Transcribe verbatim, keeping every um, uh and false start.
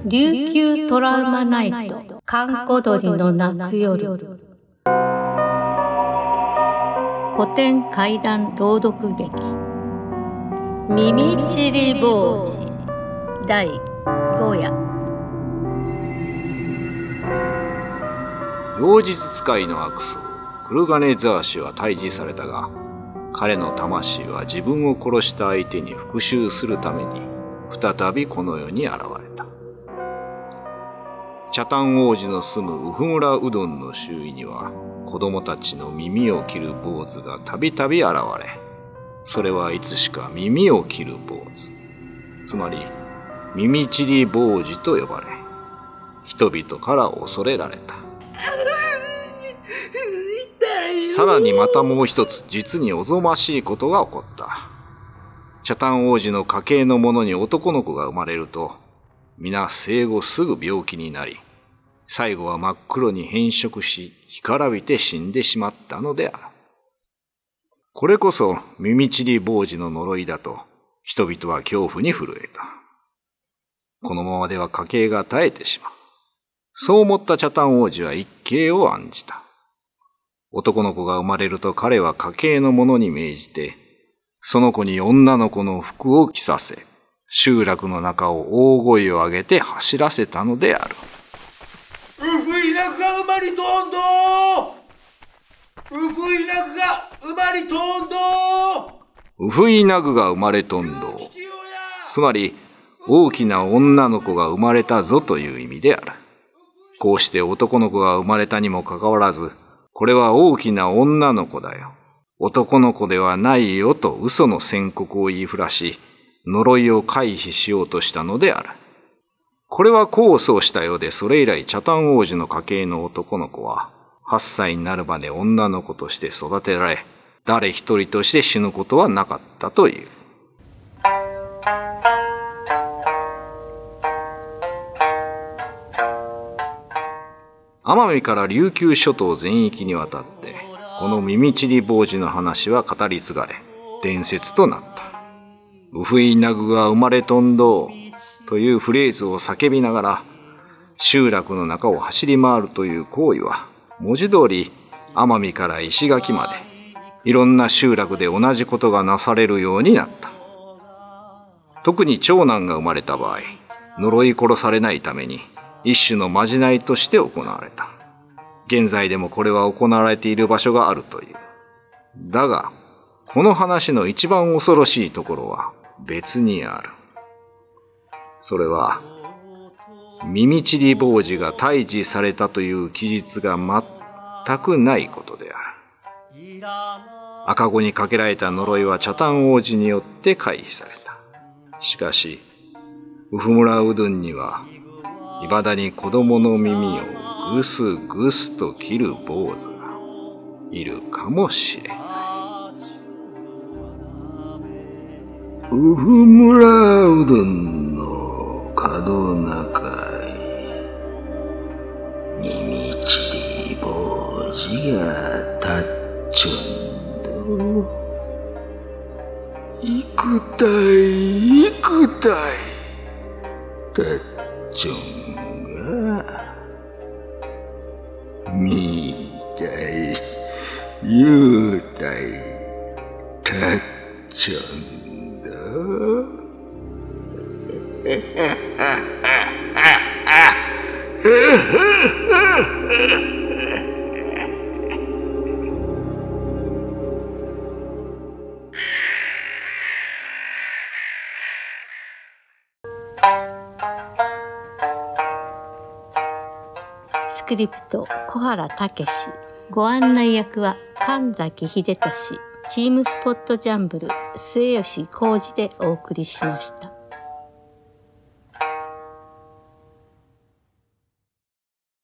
琉球トラウマナイト、閑古鳥の鳴く夜。古典怪談朗読劇、耳ちり坊主だいご夜。 妖術使いの悪僧クルガネザーシは退治されたが、彼の魂は自分を殺した相手に復讐するために再びこの世に現れた。チャタン王子の住むウフムラうどんの周囲には子供たちの耳を切る坊主がたびたび現れ、それはいつしか耳を切る坊主、つまり耳ちり坊主と呼ばれ、人々から恐れられた。さらにまたもう一つ実におぞましいことが起こった。チャタン王子の家系の者に男の子が生まれると、皆生後すぐ病気になり、最後は真っ黒に変色し、干からびて死んでしまったのである。これこそ耳ちり坊主の呪いだと、人々は恐怖に震えた。このままでは家系が絶えてしまう。そう思ったチャタン王子は一計を案じた。男の子が生まれると彼は家系の者に命じて、その子に女の子の服を着させ、集落の中を大声を上げて走らせたのである。 ウフイナグが馬に飛んどウフイナグが馬に飛んどウフイナグが生まれ飛んどつまり大きな女の子が生まれたぞという意味である。こうして男の子が生まれたにもかかわらず、これは大きな女の子だよ、男の子ではないよと嘘の宣告を言いふらし、呪いを回避しようとしたのである。これは功を奏したようで、それ以来チャタン王子の家系の男の子ははっさいになるまで女の子として育てられ、誰一人として死ぬことはなかったという。奄美から琉球諸島全域にわたってこの耳ちり坊主の話は語り継がれ、伝説となった。ウフイナグが生まれ飛んどというフレーズを叫びながら集落の中を走り回るという行為は、文字通り奄美から石垣までいろんな集落で同じことがなされるようになった。特に長男が生まれた場合、呪い殺されないために一種のまじないとして行われた。現在でもこれは行われている場所があるという。だがこの話の一番恐ろしいところは別にある。それは耳ちり坊主が退治されたという記述が全くないことである。赤子にかけられた呪いはチャタン王子によって回避された。しかしウフムラウドゥンにはいまだに子供の耳をぐすぐすと切る坊主がいるかもしれない。ウフムラうどんの角中へ耳ちり坊主が立っちょんど。いくたいいくたい立っちょんがみたいゆうたい立っちょんだ。 スクリプト小原武史、ご案内役は神崎秀俊、チームスポットジャンブル末吉浩二でお送りしました。